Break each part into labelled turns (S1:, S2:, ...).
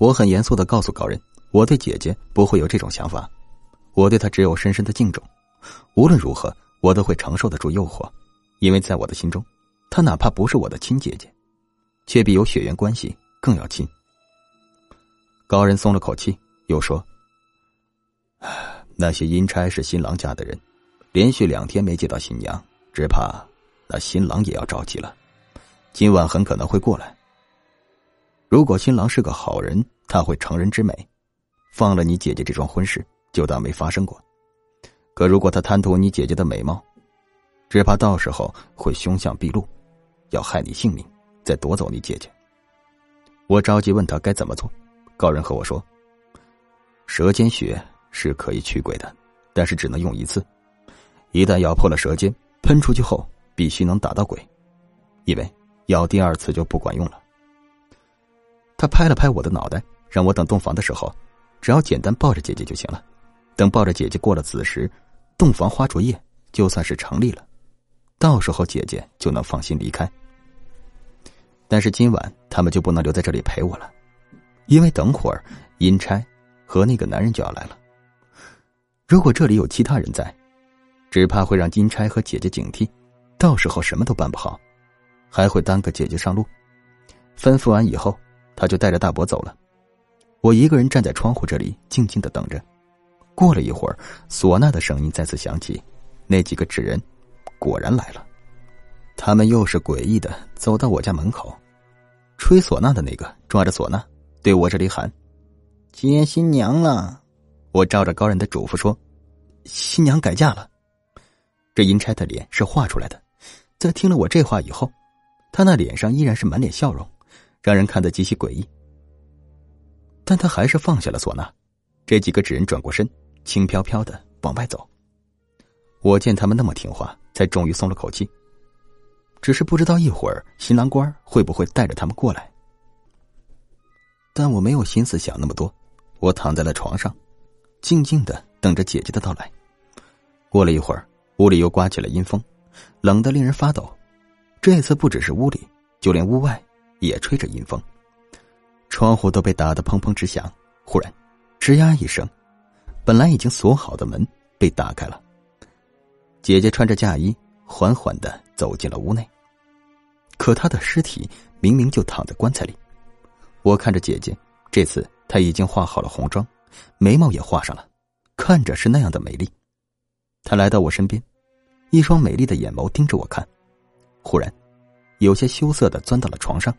S1: 我很严肃地告诉高人，我对姐姐不会有这种想法，我对她只有深深的敬重，无论如何我都会承受得住诱惑，因为在我的心中，她哪怕不是我的亲姐姐，却比有血缘关系更要亲。高人松了口气，又说：那些阴差是新郎家的人，连续2天没接到新娘，只怕那新郎也要着急了，今晚很可能会过来。如果新郎是个好人，他会成人之美，放了你姐姐这桩婚事，就当没发生过。可如果他贪图你姐姐的美貌，只怕到时候会凶相毕露，要害你性命，再夺走你姐姐。我着急问他该怎么做，高人和我说：舌尖血是可以驱鬼的，但是只能用1次，一旦咬破了舌尖，喷出去后必须能打到鬼，因为咬第2次就不管用了。他拍了拍我的脑袋，让我等洞房的时候，只要简单抱着姐姐就行了。等抱着姐姐过了子时，洞房花烛夜就算是成立了，到时候姐姐就能放心离开。但是今晚他们就不能留在这里陪我了，因为等会儿阴差和那个男人就要来了。如果这里有其他人在，只怕会让阴差和姐姐警惕，到时候什么都办不好，还会耽搁姐姐上路。吩咐完以后，他就带着大伯走了。我一个人站在窗户这里静静地等着。过了一会儿，唢呐的声音再次响起，那几个纸人果然来了。他们又是诡异的走到我家门口，吹唢呐的那个抓着唢呐对我这里喊：接新娘了。我照着高人的嘱咐说：新娘改嫁了。这阴差的脸是画出来的，在听了我这话以后，他那脸上依然是满脸笑容，让人看得极其诡异。但他还是放下了唢呐，这几个纸人转过身，轻飘飘的往外走。我见他们那么听话，才终于松了口气。只是不知道一会儿新郎官会不会带着他们过来。但我没有心思想那么多，我躺在了床上，静静的等着姐姐的到来。过了一会儿，屋里又刮起了阴风，冷得令人发抖。这次不只是屋里，就连屋外也吹着阴风，窗户都被打得砰砰直响。忽然吱呀一声，本来已经锁好的门被打开了。姐姐穿着嫁衣缓缓地走进了屋内，可她的尸体明明就躺在棺材里。我看着姐姐，这次她已经化好了红妆，眉毛也画上了，看着是那样的美丽。她来到我身边，一双美丽的眼眸盯着我看，忽然有些羞涩地钻到了床上。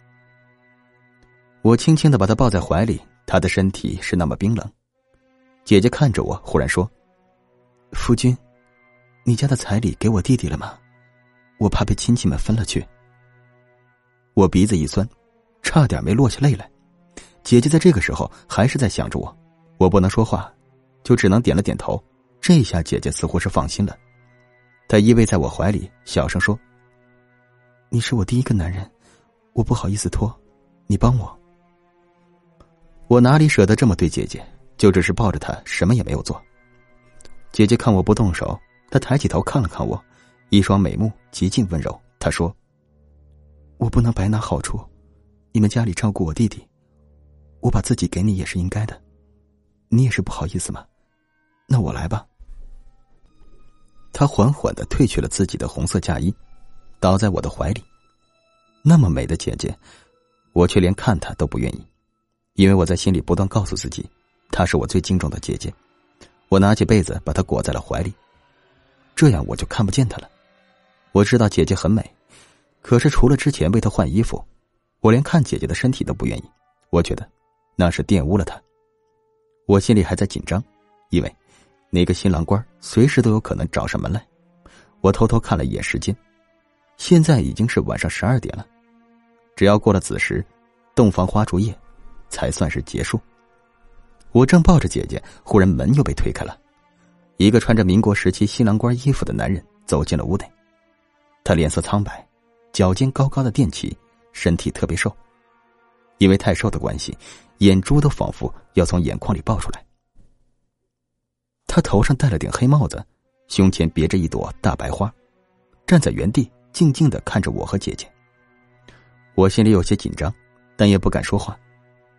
S1: 我轻轻地把她抱在怀里，她的身体是那么冰冷。姐姐看着我，忽然说：夫君，你家的彩礼给我弟弟了吗？我怕被亲戚们分了去。我鼻子一酸，差点没落下泪来。姐姐在这个时候还是在想着我，我不能说话，就只能点了点头。这下姐姐似乎是放心了，她依偎在我怀里，小声说：你是我第一个男人，我不好意思拖，你帮我。我哪里舍得这么对姐姐，就只是抱着她，什么也没有做。姐姐看我不动手，她抬起头看了看我，一双美目极尽温柔。她说：我不能白拿好处，你们家里照顾我弟弟，我把自己给你也是应该的，你也是不好意思吗？那我来吧。她缓缓地褪去了自己的红色嫁衣，倒在我的怀里。那么美的姐姐，我却连看她都不愿意，因为我在心里不断告诉自己，她是我最敬重的姐姐。我拿起被子把她裹在了怀里，这样我就看不见她了。我知道姐姐很美，可是除了之前为她换衣服，我连看姐姐的身体都不愿意。我觉得那是玷污了她。我心里还在紧张，因为那个新郎官随时都有可能找上门来。我偷偷看了一眼时间，现在已经是晚上12点了，只要过了子时，洞房花烛夜才算是结束。我正抱着姐姐，忽然门又被推开了，一个穿着民国时期新郎官衣服的男人走进了屋内。他脸色苍白，脚尖高高的垫起，身体特别瘦，因为太瘦的关系，眼珠都仿佛要从眼眶里爆出来。他头上戴了顶黑帽子，胸前别着一朵大白花，站在原地静静地看着我和姐姐。我心里有些紧张，但也不敢说话。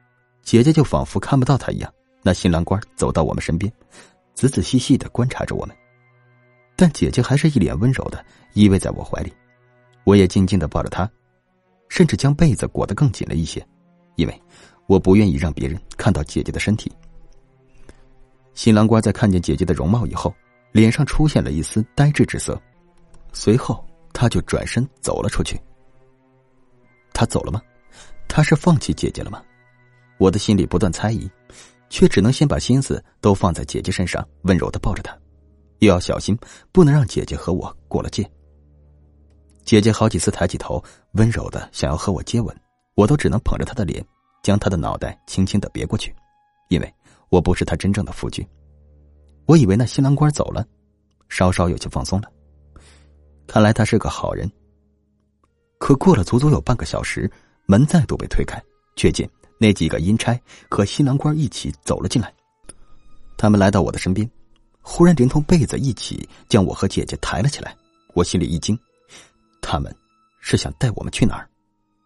S1: 姐姐就仿佛看不到她一样，那新郎官走到我们身边，仔仔细细地观察着我们。但姐姐还是一脸温柔地依偎在我怀里，我也静静地抱着她，甚至将被子裹得更紧了一些，因为我不愿意让别人看到姐姐的身体。新郎官在看见姐姐的容貌以后，脸上出现了一丝呆滞之色，随后他就转身走了出去。他走了吗？他是放弃姐姐了吗？我的心里不断猜疑，却只能先把心思都放在姐姐身上，温柔地抱着她，又要小心不能让姐姐和我过了界。姐姐好几次抬起头，温柔地想要和我接吻，我都只能捧着她的脸，将她的脑袋轻轻地别过去，因为我不是她真正的夫君。我以为那新郎官走了，稍稍有些放松了，看来他是个好人。可过了足足有半个小时，门再度被推开，却见那几个阴差和新郎官一起走了进来。他们来到我的身边，忽然连同被子一起将我和姐姐抬了起来。我心里一惊，他们是想带我们去哪儿？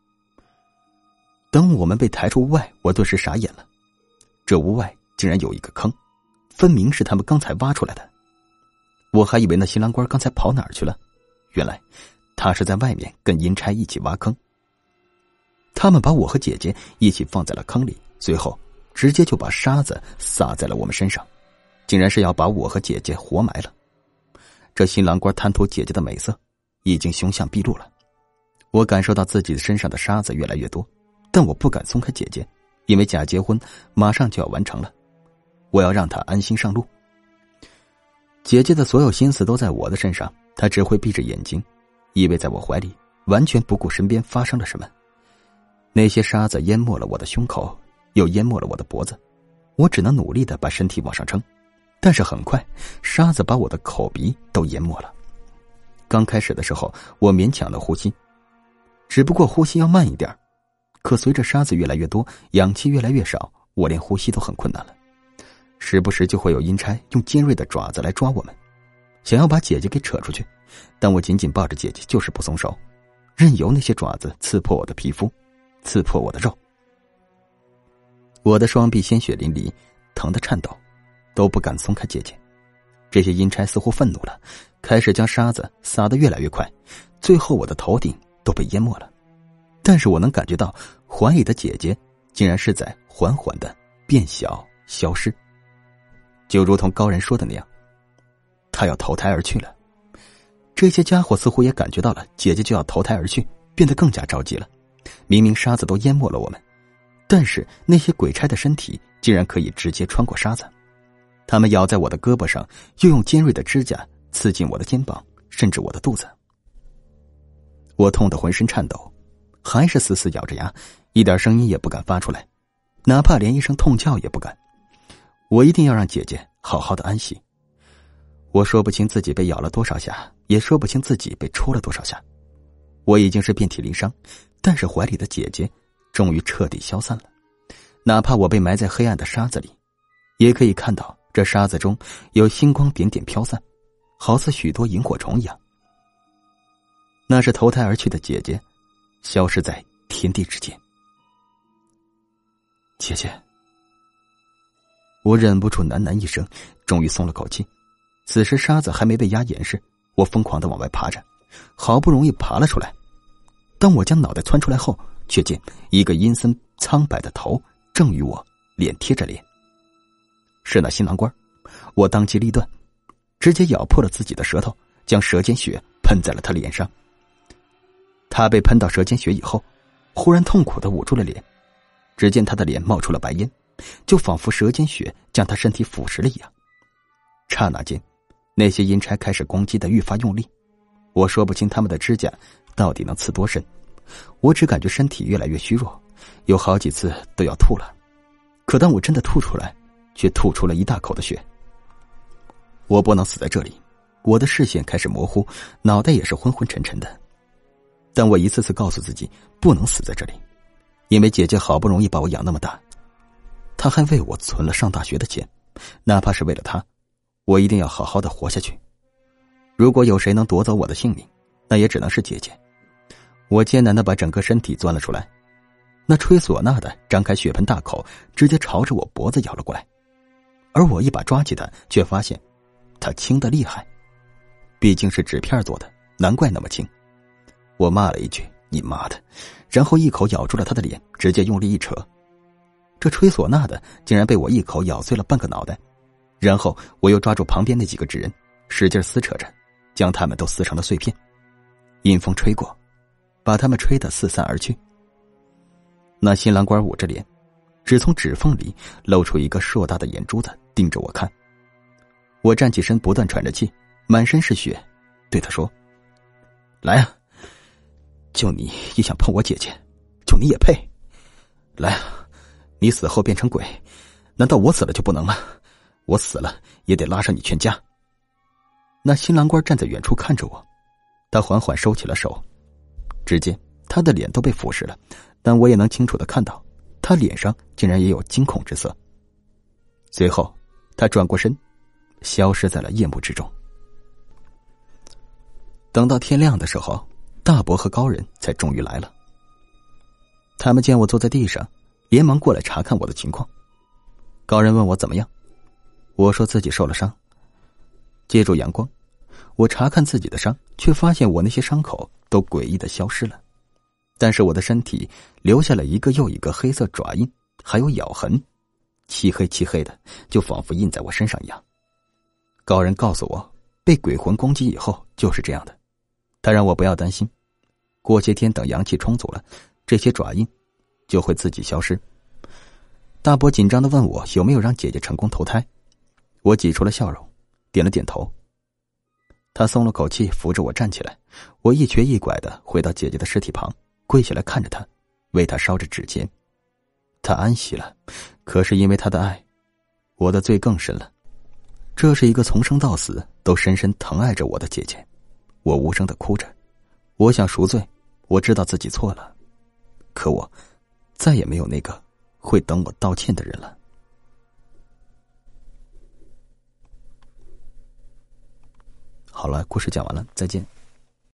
S1: 等我们被抬出屋外，我顿时傻眼了。这屋外竟然有一个坑，分明是他们刚才挖出来的。我还以为那新郎官刚才跑哪儿去了，原来他是在外面跟阴差一起挖坑。他们把我和姐姐一起放在了坑里，随后直接就把沙子撒在了我们身上，竟然是要把我和姐姐活埋了。这新郎官贪图姐姐的美色，已经凶相毕露了。我感受到自己身上的沙子越来越多，但我不敢松开姐姐，因为假结婚马上就要完成了，我要让她安心上路。姐姐的所有心思都在我的身上，她只会闭着眼睛依偎在我怀里，完全不顾身边发生了什么。那些沙子淹没了我的胸口，又淹没了我的脖子，我只能努力地把身体往上撑，但是很快沙子把我的口鼻都淹没了。刚开始的时候我勉强的呼吸，只不过呼吸要慢一点，可随着沙子越来越多，氧气越来越少，我连呼吸都很困难了。时不时就会有阴差用尖锐的爪子来抓我们，想要把姐姐给扯出去，但我紧紧抱着姐姐就是不松手，任由那些爪子刺破我的皮肤，刺破我的肉。我的双臂鲜血淋漓，疼得颤抖，都不敢松开姐姐。这些阴差似乎愤怒了，开始将沙子撒得越来越快，最后我的头顶都被淹没了。但是我能感觉到怀里的姐姐竟然是在缓缓地变小消失，就如同高人说的那样，她要投胎而去了。这些家伙似乎也感觉到了姐姐就要投胎而去，变得更加着急了。明明沙子都淹没了我们，但是那些鬼差的身体竟然可以直接穿过沙子，他们咬在我的胳膊上，又用尖锐的指甲刺进我的肩膀，甚至我的肚子。我痛得浑身颤抖，还是死死咬着牙，一点声音也不敢发出来，哪怕连一声痛叫也不敢。我一定要让姐姐好好的安息。我说不清自己被咬了多少下，也说不清自己被戳了多少下。我已经是遍体鳞伤，但是怀里的姐姐终于彻底消散了。哪怕我被埋在黑暗的沙子里，也可以看到这沙子中有星光点点飘散，好似许多萤火虫一样。那是投胎而去的姐姐，消失在天地之间。姐姐，我忍不住喃喃一声，终于松了口气。此时沙子还没被压严实，我疯狂地往外爬着，好不容易爬了出来。当我将脑袋窜出来后，却见一个阴森苍白的头正与我脸贴着脸。是那新郎官，我当机立断，直接咬破了自己的舌头，将舌尖血喷在了他脸上。他被喷到舌尖血以后，忽然痛苦地捂住了脸，只见他的脸冒出了白烟，就仿佛舌尖血将他身体腐蚀了一样。刹那间，那些阴差开始攻击得愈发用力，我说不清他们的指甲到底能刺多深，我只感觉身体越来越虚弱，有好几次都要吐了。可当我真的吐出来，却吐出了一大口的血。我不能死在这里，我的视线开始模糊，脑袋也是昏昏沉沉的。但我一次次告诉自己不能死在这里，因为姐姐好不容易把我养那么大，她还为我存了上大学的钱，哪怕是为了她，我一定要好好的活下去。如果有谁能夺走我的性命，那也只能是姐姐。我艰难地把整个身体钻了出来， 那吹唢呐的张开血盆大口，直接朝着我脖子咬了过来，而我一把抓起他，却发现他轻得厉害，毕竟是纸片做的，难怪那么轻。我骂了一句你妈的，然后一口咬住了他的脸，直接用力一扯，这吹唢呐的竟然被我一口咬碎了半个脑袋。然后我又抓住旁边那几个纸人，使劲撕扯着，将他们都撕成了碎片。阴风吹过，把他们吹得四散而去。那新郎官捂着脸，只从指缝里露出一个硕大的眼珠子盯着我看。我站起身，不断喘着气，满身是血，对他说：来啊，就你也想碰我姐姐，就你也配？来啊，你死后变成鬼，难道我死了就不能吗？我死了也得拉上你全家。那新郎官站在远处看着我，他缓缓收起了手，只见他的脸都被腐蚀了，但我也能清楚地看到他脸上竟然也有惊恐之色。随后他转过身，消失在了夜幕之中。等到天亮的时候，大伯和高人才终于来了。他们见我坐在地上，连忙过来查看我的情况。高人问我怎么样，我说自己受了伤。借助阳光，我查看自己的伤，却发现我那些伤口都诡异的消失了，但是我的身体留下了一个又一个黑色爪印，还有咬痕，漆黑漆黑的，就仿佛印在我身上一样。高人告诉我，被鬼魂攻击以后就是这样的，他让我不要担心，过些天等阳气充足了，这些爪印就会自己消失。大伯紧张地问我有没有让姐姐成功投胎，我挤出了笑容，点了点头。他松了口气，扶着我站起来，我一瘸一拐地回到姐姐的尸体旁，跪下来看着她，为她烧着纸钱。她安息了，可是因为她的爱，我的罪更深了。这是一个从生到死都深深疼爱着我的姐姐，我无声地哭着，我想赎罪，我知道自己错了，可我再也没有那个会等我道歉的人了。好了，故事讲完了，再见。